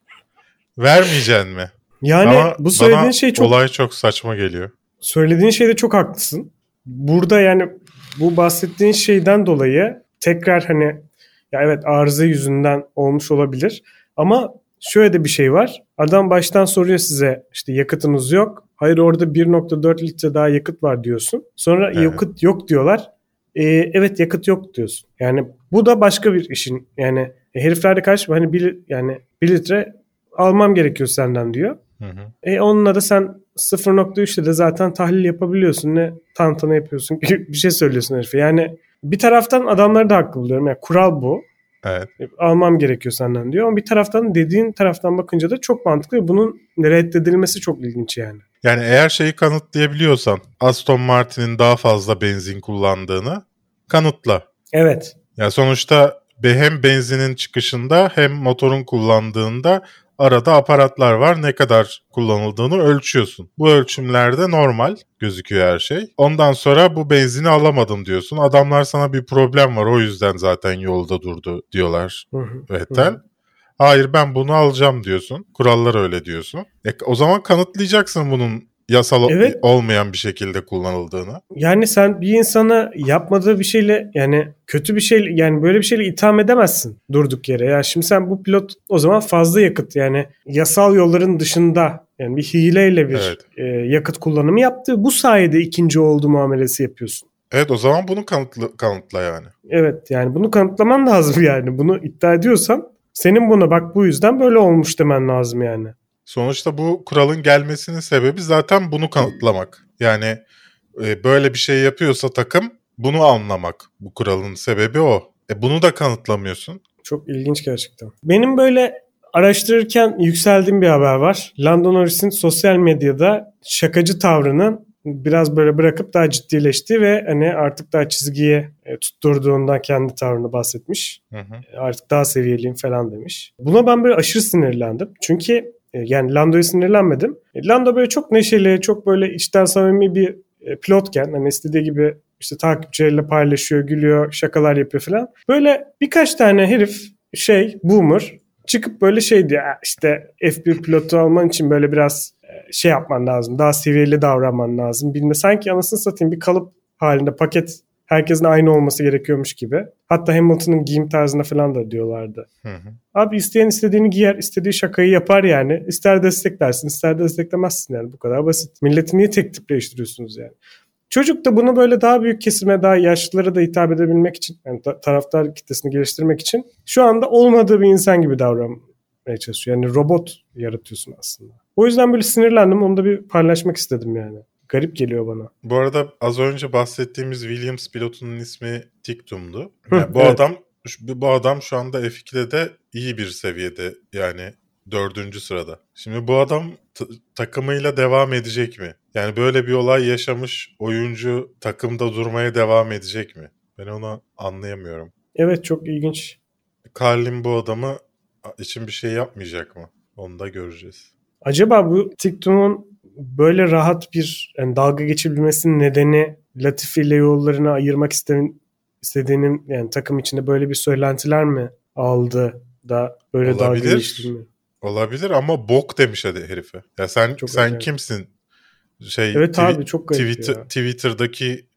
Vermeyeceksin mi? Yani Ama bu söylediğin bana şey çok olay çok saçma geliyor. söylediğin şeyde çok haklısın. Burada yani bu bahsettiğin şeyden dolayı tekrar hani ya evet arıza yüzünden olmuş olabilir ama şöyle de bir şey var. Adam baştan soruyor size, işte yakıtınız yok. Hayır, orada bir nokta dört litre daha yakıt var diyorsun. Sonra Evet. yakıt yok diyorlar. Ee, evet yakıt yok diyorsun. Yani bu da başka bir işin. Yani herifler de karşı hani bir, yani bir litre almam gerekiyor senden diyor. Hı hı. E onunla da sen sıfır nokta üçte de zaten tahlil yapabiliyorsun. Ne tantana yapıyorsun gibi bir şey söylüyorsun herife. Yani bir taraftan adamları da haklı buluyorum. Yani kural bu. Evet. E, Almam gerekiyor senden diyor. Ama bir taraftan dediğin taraftan bakınca da çok mantıklı. Bunun reddedilmesi çok ilginç yani. Yani eğer şeyi kanıtlayabiliyorsan Aston Martin'in daha fazla benzin kullandığını kanıtla. Evet. Ya sonuçta hem benzinin çıkışında hem motorun kullandığında arada aparatlar var. Ne kadar kullanıldığını ölçüyorsun. Bu ölçümlerde normal gözüküyor her şey. Ondan sonra bu benzini alamadım diyorsun. Adamlar sana bir problem var, o yüzden zaten yolda durdu diyorlar. Hı hı. Vettel. Hı hı. Hayır, ben bunu alacağım diyorsun. Kurallar öyle diyorsun. E, o zaman kanıtlayacaksın bunun yasal Evet. olmayan bir şekilde kullanıldığını. Yani sen bir insana yapmadığı bir şeyle, yani kötü bir şey, yani böyle bir şeyle itham edemezsin durduk yere. Yani şimdi sen bu pilot o zaman fazla yakıt, yani yasal yolların dışında yani bir hileyle bir Evet. e, yakıt kullanımı yaptı. Bu sayede ikinci oldu muamelesi yapıyorsun. Evet, o zaman bunu kanıtla, kanıtla yani. Evet, yani bunu kanıtlaman lazım yani. Bunu iddia ediyorsan senin buna bak bu yüzden böyle olmuş demen lazım yani. Sonuçta bu kuralın gelmesinin sebebi zaten bunu kanıtlamak. Yani e, böyle bir şey yapıyorsa takım bunu anlamak. Bu kuralın sebebi o. E, bunu da kanıtlamıyorsun. Çok ilginç gerçekten. Benim böyle araştırırken yükseldiğim bir haber var. Lando Norris'in sosyal medyada şakacı tavrını biraz böyle bırakıp daha ciddileşti ve hani artık daha çizgiye e, tutturduğundan kendi tavrını bahsetmiş. Hı hı. E, artık daha seviyeliyim falan demiş. Buna ben böyle aşırı sinirlendim. Çünkü e, yani Lando'ya sinirlenmedim. E, Lando böyle çok neşeli, çok böyle içten samimi bir e, pilotken, hani istediği gibi işte takipçileriyle paylaşıyor, gülüyor, şakalar yapıyor falan. Böyle birkaç tane herif şey, boomer çıkıp böyle şey diyor, işte F bir pilotu alman için böyle biraz şey yapman lazım, daha seviyeli davranman lazım. Bilme, sanki anasını satayım bir kalıp halinde paket herkesin aynı olması gerekiyormuş gibi. Hatta Hamilton'ın giyim tarzına falan da diyorlardı. Hı hı. Abi isteyen istediğini giyer, istediği şakayı yapar yani. İster desteklersin, ister desteklemezsin yani, bu kadar basit. Milleti niye tek tip değiştiriyorsunuz yani? Çocuk da bunu böyle daha büyük kesime, daha yaşlılara da hitap edebilmek için, yani taraftar kitlesini geliştirmek için şu anda olmadığı bir insan gibi davranmaya çalışıyor. Yani robot yaratıyorsun aslında. O yüzden böyle sinirlendim. Onu da bir paylaşmak istedim yani. Garip geliyor bana. Bu arada az önce bahsettiğimiz Williams pilotunun ismi Tiktum'du. Hı, Yani bu evet. adam bu adam şu anda F ikide de iyi bir seviyede, yani dördüncü sırada. Şimdi bu adam t- takımıyla devam edecek mi? Yani böyle bir olay yaşamış oyuncu takımda durmaya devam edecek mi? Ben onu anlayamıyorum. Evet, çok ilginç. Carlin bu adamı için bir şey yapmayacak mı? Onu da göreceğiz. Acaba bu TikTok'un böyle rahat bir yani dalga geçebilmesinin nedeni Latifi ile yollarını ayırmak isten, istediğinin, yani takım içinde böyle bir söylentiler mi aldı da böyle Olabilir. dalga geçtirmiyor? Olabilir ama bok demiş hadi herife. Ya sen Çok sen acayip. kimsin? Şey Evet twi- abi, çok garip Twitter, ya. Twitter'daki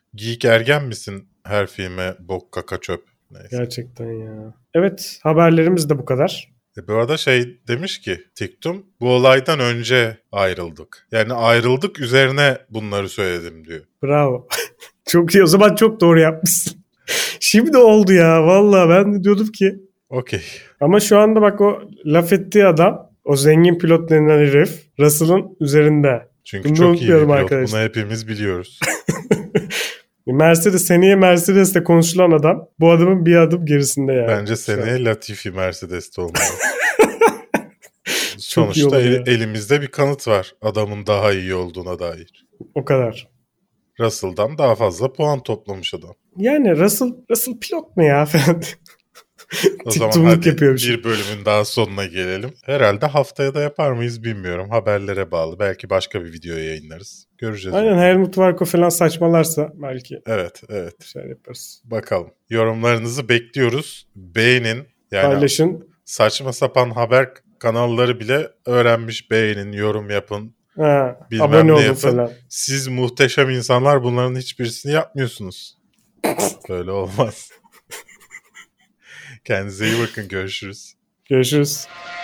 Geek ergen misin? Her filme bok kaka çöp. Neyse. Gerçekten ya. Evet, haberlerimiz de bu kadar. E bu arada şey demiş ki Tiktum, bu olaydan önce ayrıldık. Yani ayrıldık üzerine bunları söyledim diyor. Bravo. Çok iyi. O zaman çok doğru yapmışsın. Şimdi oldu ya. Vallahi ben de diyordum ki. Okey. Ama şu anda bak o laf ettiği adam, o zengin pilot denilen herif Russell'ın üzerinde. Çünkü Bunu çok iyi bir unutmayalım pilot. arkadaşlar. Bunu hepimiz biliyoruz. Mercedes, seneye Mercedes'te konuşulan adam bu adamın bir adım gerisinde yani. Bence Şu an. seneye Latifi Mercedes'te olmalı. iyi Sonuçta olur el- ya. elimizde bir kanıt var adamın daha iyi olduğuna dair. O kadar. Russell'dan daha fazla puan toplamış adam. Yani Russell, Russell pilot mu ya falan. O zaman Tiktumluk hadi yapıyormuş. bir bölümün daha sonuna gelelim. Herhalde haftaya da yapar mıyız bilmiyorum. Haberlere bağlı. Belki başka bir video yayınlarız. Göreceğiz. Aynen, Helmut Marko falan saçmalarsa belki Evet, evet. bir şey yaparız. Bakalım. Yorumlarınızı bekliyoruz. Beğenin. Yani Paylaşın. saçma sapan haber kanalları bile öğrenmiş. Beğenin, yorum yapın. Ha, Bilmem abone ne olun yapın. falan. Siz muhteşem insanlar, bunların hiçbirisini yapmıyorsunuz. Böyle olmaz. Kendinize iyi bakın. Görüşürüz. Görüşürüz.